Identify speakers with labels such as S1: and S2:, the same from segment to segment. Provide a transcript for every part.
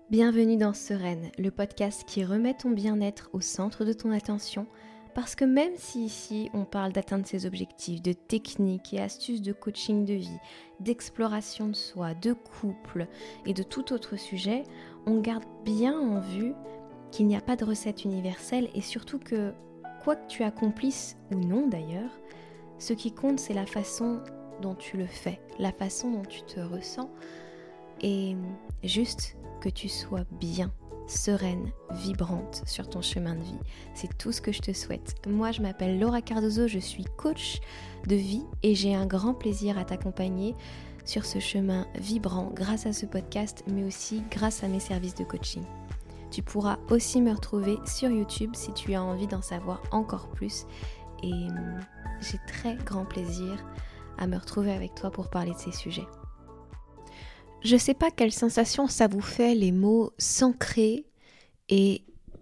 S1: Bienvenue dans Sereine, le podcast qui remet ton bien-être au centre de ton attention, parce que même si ici on parle d'atteindre ses objectifs, de techniques et astuces de coaching de vie, d'exploration de soi, de couple et de tout autre sujet, on garde bien en vue qu'il n'y a pas de recette universelle et surtout que, quoi que tu accomplisses ou non d'ailleurs, ce qui compte c'est la façon dont tu le fais, la façon dont tu te ressens et juste que tu sois bien, sereine, vibrante sur ton chemin de vie. C'est tout ce que je te souhaite. Moi, je m'appelle Laura Cardozo, je suis coach de vie et j'ai un grand plaisir à t'accompagner sur ce chemin vibrant grâce à ce podcast, mais aussi grâce à mes services de coaching. Tu pourras aussi me retrouver sur YouTube si tu as envie d'en savoir encore plus et j'ai très grand plaisir à me retrouver avec toi pour parler de ces sujets. Je sais pas quelle sensation ça vous fait les mots s'ancrer et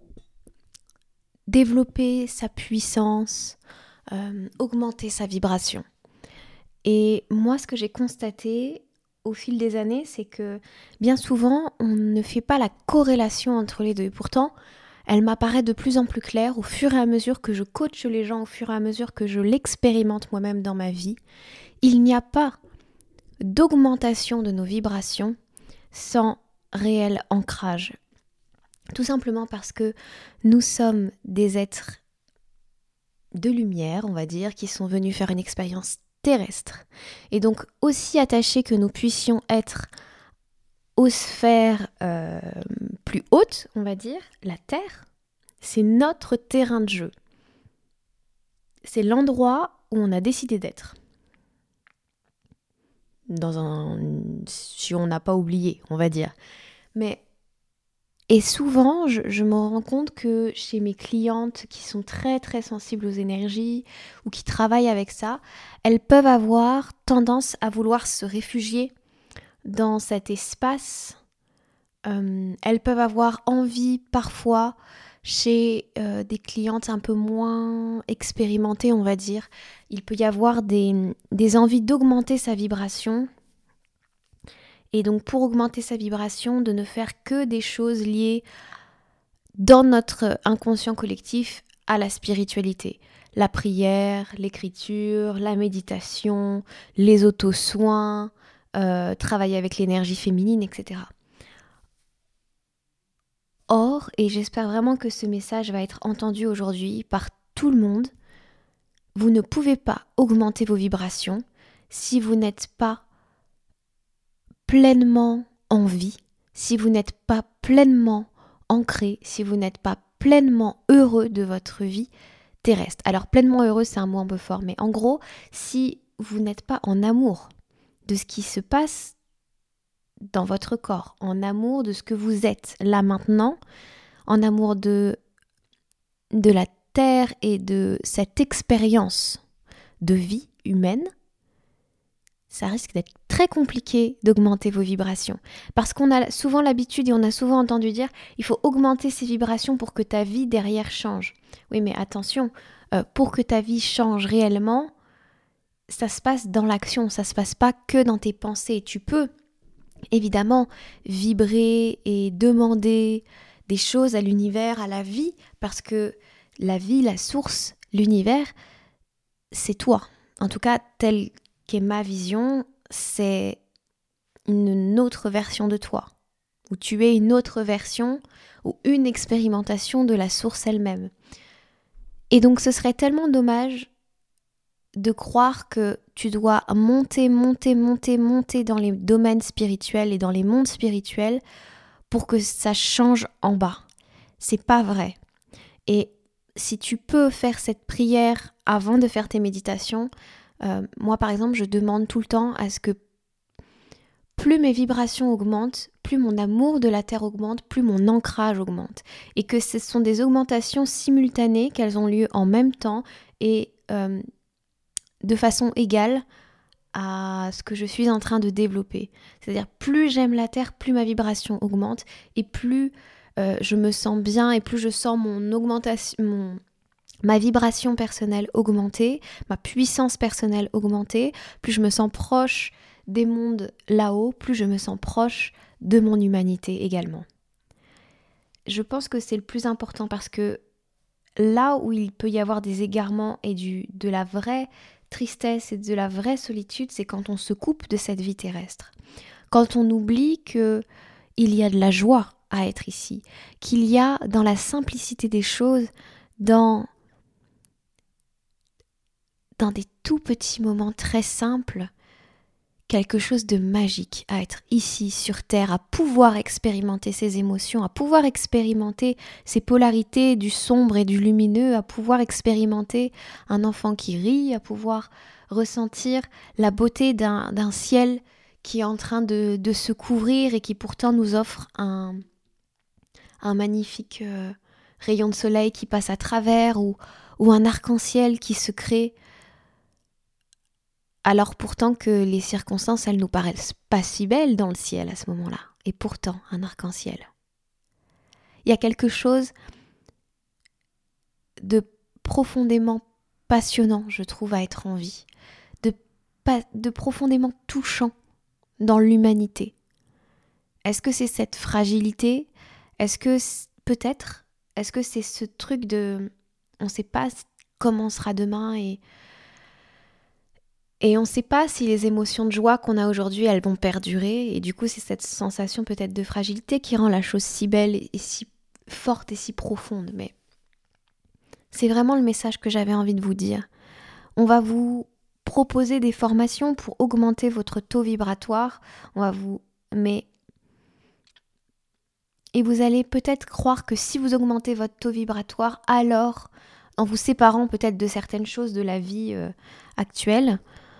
S1: développer sa puissance, augmenter sa vibration. Et moi, ce que j'ai constaté au fil des années, c'est que bien souvent, on ne fait pas la corrélation entre les deux. Et pourtant, elle m'apparaît de plus en plus claire au fur et à mesure que je coache les gens, au fur et à mesure que je l'expérimente moi-même dans ma vie. Il n'y a pas d'augmentation de nos vibrations sans réel ancrage. Tout simplement parce que nous sommes des êtres de lumière, on va dire, qui sont venus faire une expérience terrestre. Et donc, aussi attachés que nous puissions être aux sphères plus hautes, on va dire, la Terre, c'est notre terrain de jeu. C'est l'endroit où on a décidé d'être. Si on n'a pas oublié, on va dire. Et souvent, je me rends compte que chez mes clientes qui sont très très sensibles aux énergies ou qui travaillent avec ça, elles peuvent avoir tendance à vouloir se réfugier dans cet espace. Elles peuvent avoir envie parfois chez des clientes un peu moins expérimentées, on va dire. Il peut y avoir des envies d'augmenter sa vibration. Et donc pour augmenter sa vibration, de ne faire que des choses liées dans notre inconscient collectif à la spiritualité. La prière, l'écriture, la méditation, les auto-soins, travailler avec l'énergie féminine, etc. Or, et j'espère vraiment que ce message va être entendu aujourd'hui par tout le monde, vous ne pouvez pas augmenter vos vibrations si vous n'êtes pas pleinement en vie, si vous n'êtes pas pleinement ancré, si vous n'êtes pas pleinement heureux de votre vie terrestre. Alors pleinement heureux, c'est un mot un peu fort, mais en gros, si vous n'êtes pas en amour de ce qui se passe dans votre corps, en amour de ce que vous êtes là maintenant, en amour de la Terre et de cette expérience de vie humaine, ça risque d'être très compliqué d'augmenter vos vibrations. Parce qu'on a souvent l'habitude et on a souvent entendu dire il faut augmenter ses vibrations pour que ta vie derrière change. Oui, mais attention, pour que ta vie change réellement, ça se passe dans l'action, ça se passe pas que dans tes pensées. Tu peux évidemment vibrer et demander des choses à l'univers, à la vie, parce que la vie, la source, l'univers, c'est toi. En tout cas, tel qu'est ma vision, c'est une autre version de toi, où tu es une autre version ou une expérimentation de la source elle-même. Et donc ce serait tellement dommage de croire que tu dois monter dans les domaines spirituels et dans les mondes spirituels pour que ça change en bas. C'est pas vrai. Et si tu peux faire cette prière avant de faire tes méditations, moi par exemple je demande tout le temps à ce que plus mes vibrations augmentent, plus mon amour de la Terre augmente, plus mon ancrage augmente. Et que ce sont des augmentations simultanées, qu'elles ont lieu en même temps et de façon égale à ce que je suis en train de développer. C'est-à-dire plus j'aime la Terre, plus ma vibration augmente et plus je me sens bien et plus je sens ma vibration personnelle augmenter, ma puissance personnelle augmenter, plus je me sens proche des mondes là-haut, plus je me sens proche de mon humanité également. je pense que c'est le plus important parce que là où il peut y avoir des égarements et de la vraie tristesse et de la vraie solitude, c'est quand on se coupe de cette vie terrestre. Quand on oublie qu'il y a de la joie à être ici, qu'il y a dans la simplicité des choses, dans des tout petits moments très simples, quelque chose de magique à être ici sur Terre, à pouvoir expérimenter ces émotions, à pouvoir expérimenter ces polarités du sombre et du lumineux, à pouvoir expérimenter un enfant qui rit, à pouvoir ressentir la beauté d'un ciel qui est en train de se couvrir et qui pourtant nous offre un magnifique rayon de soleil qui passe à travers ou un arc-en-ciel qui se crée. Alors pourtant que les circonstances, elles nous paraissent pas si belles dans le ciel à ce moment-là. Et pourtant, un arc-en-ciel. Il y a quelque chose de profondément passionnant, je trouve, à être en vie. De profondément touchant dans l'humanité. Est-ce que c'est cette fragilité ? Est-ce que peut-être ? Est-ce que c'est ce truc de... On ne sait pas comment sera demain et on ne sait pas si les émotions de joie qu'on a aujourd'hui, elles vont perdurer. Et du coup, c'est cette sensation peut-être de fragilité qui rend la chose si belle et si forte et si profonde. Mais c'est vraiment le message que j'avais envie de vous dire. On va vous proposer des formations pour augmenter votre taux vibratoire. Et vous allez peut-être croire que si vous augmentez votre taux vibratoire, alors, en vous séparant peut-être de certaines choses de la vie actuelle,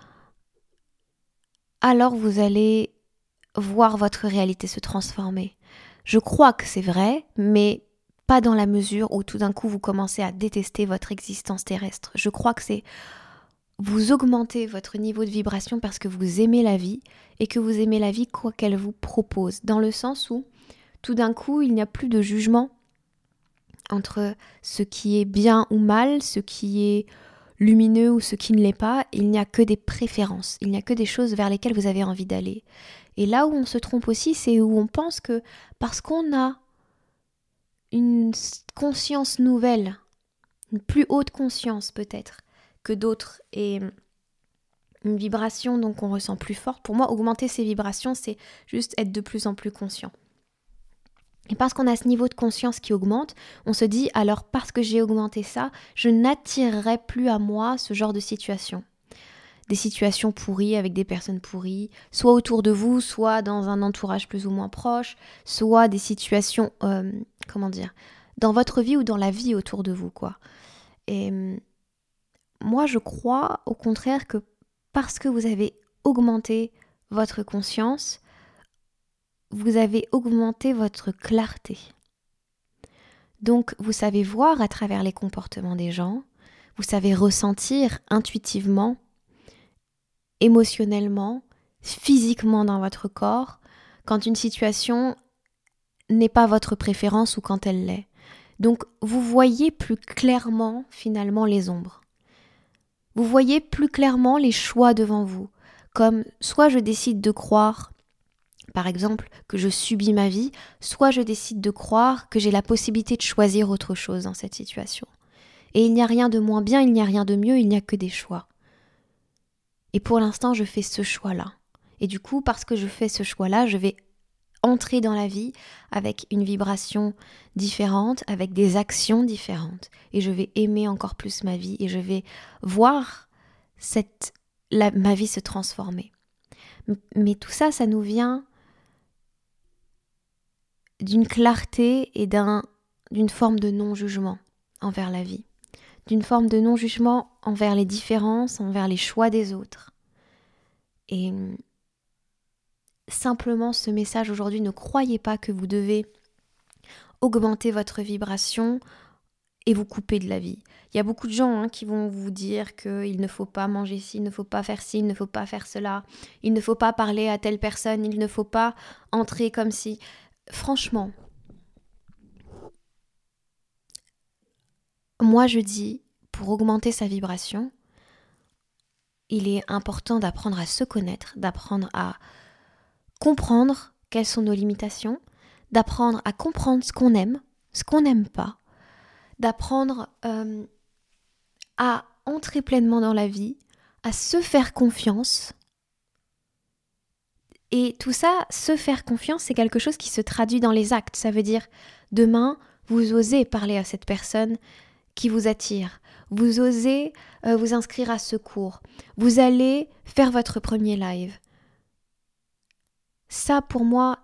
S1: alors vous allez voir votre réalité se transformer. Je crois que c'est vrai, mais pas dans la mesure où tout d'un coup vous commencez à détester votre existence terrestre. Je crois que c'est vous augmentez votre niveau de vibration parce que vous aimez la vie et que vous aimez la vie quoi qu'elle vous propose. Dans le sens où tout d'un coup il n'y a plus de jugement entre ce qui est bien ou mal, ce qui est lumineux ou ce qui ne l'est pas, il n'y a que des préférences, il n'y a que des choses vers lesquelles vous avez envie d'aller. Et là où on se trompe aussi, c'est où on pense que parce qu'on a une conscience nouvelle, une plus haute conscience peut-être que d'autres, et une vibration donc on ressent plus forte, pour moi augmenter ces vibrations c'est juste être de plus en plus conscient. Et parce qu'on a ce niveau de conscience qui augmente, on se dit alors parce que j'ai augmenté ça, je n'attirerai plus à moi ce genre de situation. Des situations pourries avec des personnes pourries, soit autour de vous, soit dans un entourage plus ou moins proche, soit des situations, dans votre vie ou dans la vie autour de vous, quoi. Et moi, je crois au contraire que parce que vous avez augmenté votre conscience, vous avez augmenté votre clarté. Donc, vous savez voir à travers les comportements des gens, vous savez ressentir intuitivement, émotionnellement, physiquement dans votre corps, quand une situation n'est pas votre préférence ou quand elle l'est. Donc, vous voyez plus clairement, finalement, les ombres. Vous voyez plus clairement les choix devant vous, comme soit je décide de croire, par exemple, que je subis ma vie, soit je décide de croire que j'ai la possibilité de choisir autre chose dans cette situation. Et il n'y a rien de moins bien, il n'y a rien de mieux, il n'y a que des choix. Et pour l'instant, je fais ce choix-là. Et du coup, parce que je fais ce choix-là, je vais entrer dans la vie avec une vibration différente, avec des actions différentes. Et je vais aimer encore plus ma vie et je vais voir ma vie se transformer. Mais tout ça, ça nous vient d'une clarté et d'une forme de non-jugement envers la vie. D'une forme de non-jugement envers les différences, envers les choix des autres. Et simplement ce message aujourd'hui, ne croyez pas que vous devez augmenter votre vibration et vous couper de la vie. Il y a beaucoup de gens qui vont vous dire qu'il ne faut pas manger ci, il ne faut pas faire ci, il ne faut pas faire cela, il ne faut pas parler à telle personne, il ne faut pas entrer comme si... Franchement, moi je dis, pour augmenter sa vibration, il est important d'apprendre à se connaître, d'apprendre à comprendre quelles sont nos limitations, d'apprendre à comprendre ce qu'on aime ce qu'on n'aime pas, d'apprendre à entrer pleinement dans la vie, à se faire confiance. Et tout ça, se faire confiance, c'est quelque chose qui se traduit dans les actes. Ça veut dire, demain, vous osez parler à cette personne qui vous attire. Vous osez vous inscrire à ce cours. Vous allez faire votre premier live. Ça, pour moi,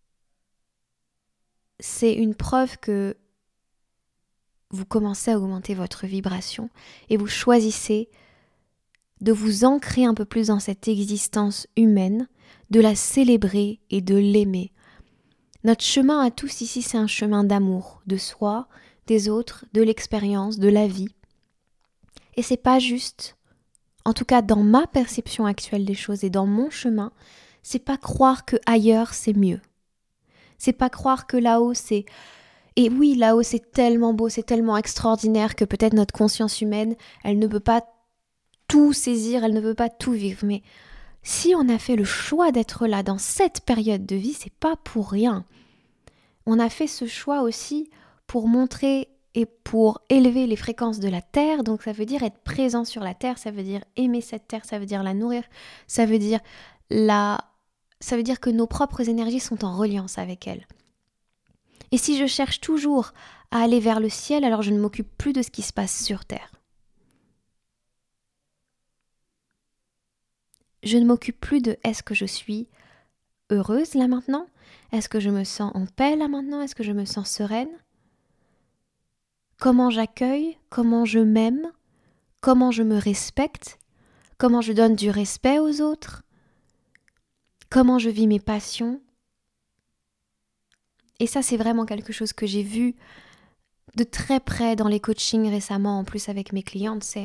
S1: c'est une preuve que vous commencez à augmenter votre vibration et vous choisissez de vous ancrer un peu plus dans cette existence humaine, de la célébrer et de l'aimer. Notre chemin à tous ici, c'est un chemin d'amour, de soi, des autres, de l'expérience, de la vie. Et c'est pas juste, en tout cas dans ma perception actuelle des choses et dans mon chemin, c'est pas croire que ailleurs c'est mieux. C'est pas croire que là-haut c'est... Et oui, là-haut c'est tellement beau, c'est tellement extraordinaire que peut-être notre conscience humaine, elle ne peut pas tout saisir, elle ne peut pas tout vivre. Mais si on a fait le choix d'être là dans cette période de vie, c'est pas pour rien. On a fait ce choix aussi pour montrer et pour élever les fréquences de la Terre. Donc ça veut dire être présent sur la Terre, ça veut dire aimer cette Terre, ça veut dire la nourrir, ça veut dire que nos propres énergies sont en reliance avec elle. Et si je cherche toujours à aller vers le ciel, alors je ne m'occupe plus de ce qui se passe sur Terre. Je ne m'occupe plus de est-ce que je suis heureuse là maintenant ? Est-ce que je me sens en paix là maintenant ? Est-ce que je me sens sereine ? Comment j'accueille ? Comment je m'aime ? Comment je me respecte ? Comment je donne du respect aux autres ? Comment je vis mes passions ? Et ça, c'est vraiment quelque chose que j'ai vu de très près dans les coachings récemment, en plus avec mes clientes, c'est...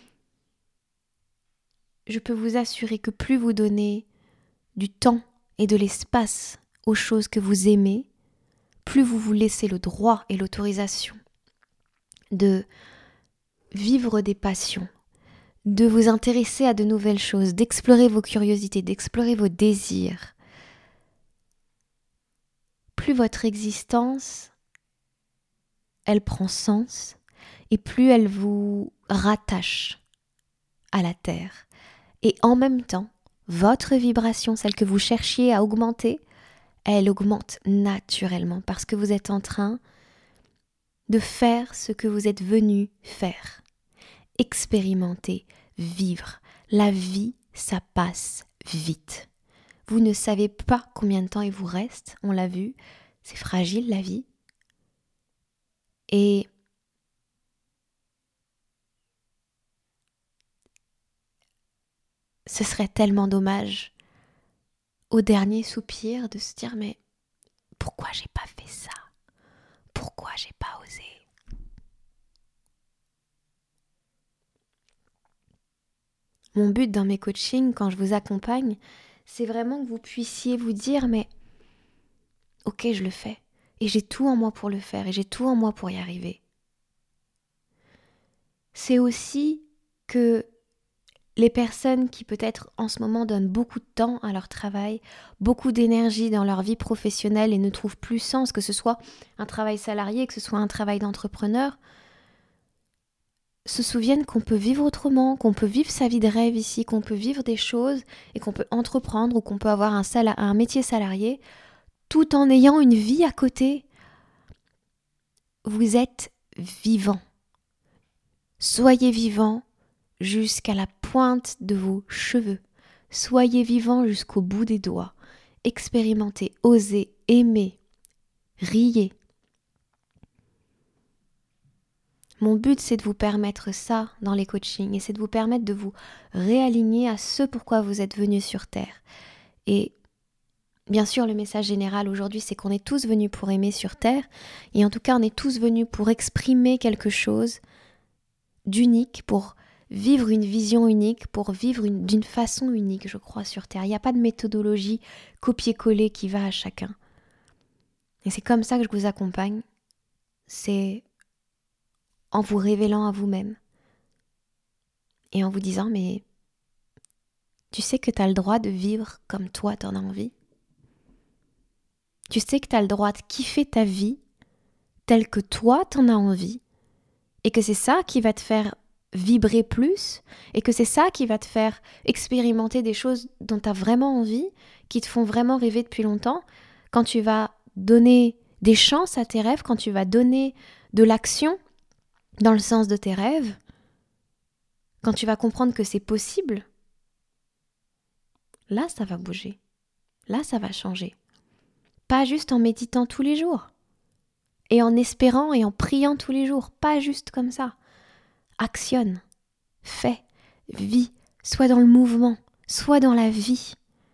S1: Je peux vous assurer que plus vous donnez du temps et de l'espace aux choses que vous aimez, plus vous vous laissez le droit et l'autorisation de vivre des passions, de vous intéresser à de nouvelles choses, d'explorer vos curiosités, d'explorer vos désirs. Plus votre existence, elle prend sens et plus elle vous rattache à la Terre. Et en même temps, votre vibration, celle que vous cherchiez à augmenter, elle augmente naturellement parce que vous êtes en train de faire ce que vous êtes venu faire. Expérimenter, vivre. La vie, ça passe vite. Vous ne savez pas combien de temps il vous reste, on l'a vu, c'est fragile la vie. Et ce serait tellement dommage au dernier soupir de se dire mais pourquoi j'ai pas fait ça ? Pourquoi j'ai pas osé ? Mon but dans mes coachings, quand je vous accompagne, c'est vraiment que vous puissiez vous dire mais ok, je le fais et j'ai tout en moi pour le faire et j'ai tout en moi pour y arriver. C'est aussi que les personnes qui peut-être en ce moment donnent beaucoup de temps à leur travail, beaucoup d'énergie dans leur vie professionnelle et ne trouvent plus sens, que ce soit un travail salarié, que ce soit un travail d'entrepreneur, se souviennent qu'on peut vivre autrement, qu'on peut vivre sa vie de rêve ici, qu'on peut vivre des choses et qu'on peut entreprendre ou qu'on peut avoir un métier salarié tout en ayant une vie à côté. Vous êtes vivant. Soyez vivant jusqu'à la pointe de vos cheveux. Soyez vivant jusqu'au bout des doigts. Expérimentez, osez, aimez, riez. Mon but, c'est de vous permettre ça dans les coachings et c'est de vous permettre de vous réaligner à ce pourquoi vous êtes venu sur Terre. Et bien sûr, le message général aujourd'hui, c'est qu'on est tous venus pour aimer sur Terre et en tout cas, on est tous venus pour exprimer quelque chose d'unique, pour vivre une vision unique, pour vivre d'une façon unique, je crois, sur Terre. Il n'y a pas de méthodologie copier-coller qui va à chacun. Et c'est comme ça que je vous accompagne. C'est en vous révélant à vous-même. Et en vous disant, mais tu sais que tu as le droit de vivre comme toi t'en as envie. Tu sais que tu as le droit de kiffer ta vie tel que toi t'en as envie, et que c'est ça qui va te faire vibrer plus, et que c'est ça qui va te faire expérimenter des choses dont tu as vraiment envie, qui te font vraiment rêver depuis longtemps, quand tu vas donner des chances à tes rêves, quand tu vas donner de l'action dans le sens de tes rêves, quand tu vas comprendre que c'est possible, là ça va bouger, là ça va changer. Pas juste en méditant tous les jours, et en espérant et en priant tous les jours, pas juste comme ça. Actionne, fais, vis, sois dans le mouvement, sois dans la vie.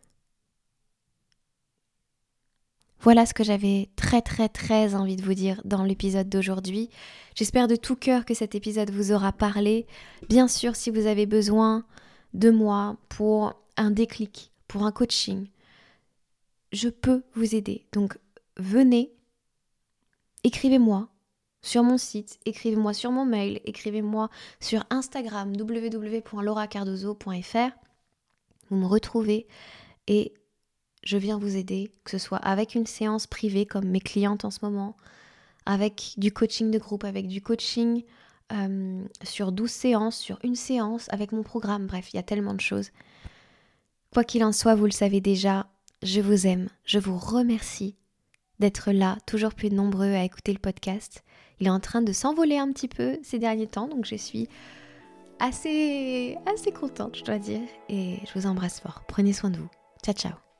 S1: Voilà ce que j'avais très très très envie de vous dire dans l'épisode d'aujourd'hui. J'espère de tout cœur que cet épisode vous aura parlé. Bien sûr, si vous avez besoin de moi pour un déclic, pour un coaching, je peux vous aider. Donc venez, écrivez-moi sur mon site, écrivez-moi sur mon mail, écrivez-moi sur Instagram www.lauracardozo.fr. Vous me retrouvez et je viens vous aider, que ce soit avec une séance privée comme mes clientes en ce moment, avec du coaching de groupe, avec du coaching sur 12 séances, sur une séance, avec mon programme. Bref, il y a tellement de choses. Quoi qu'il en soit, vous le savez déjà, je vous aime, je vous remercie d'être là, toujours plus nombreux à écouter le podcast. Il est en train de s'envoler un petit peu ces derniers temps, donc je suis assez contente, je dois dire, et je vous embrasse fort. Prenez soin de vous. Ciao, ciao.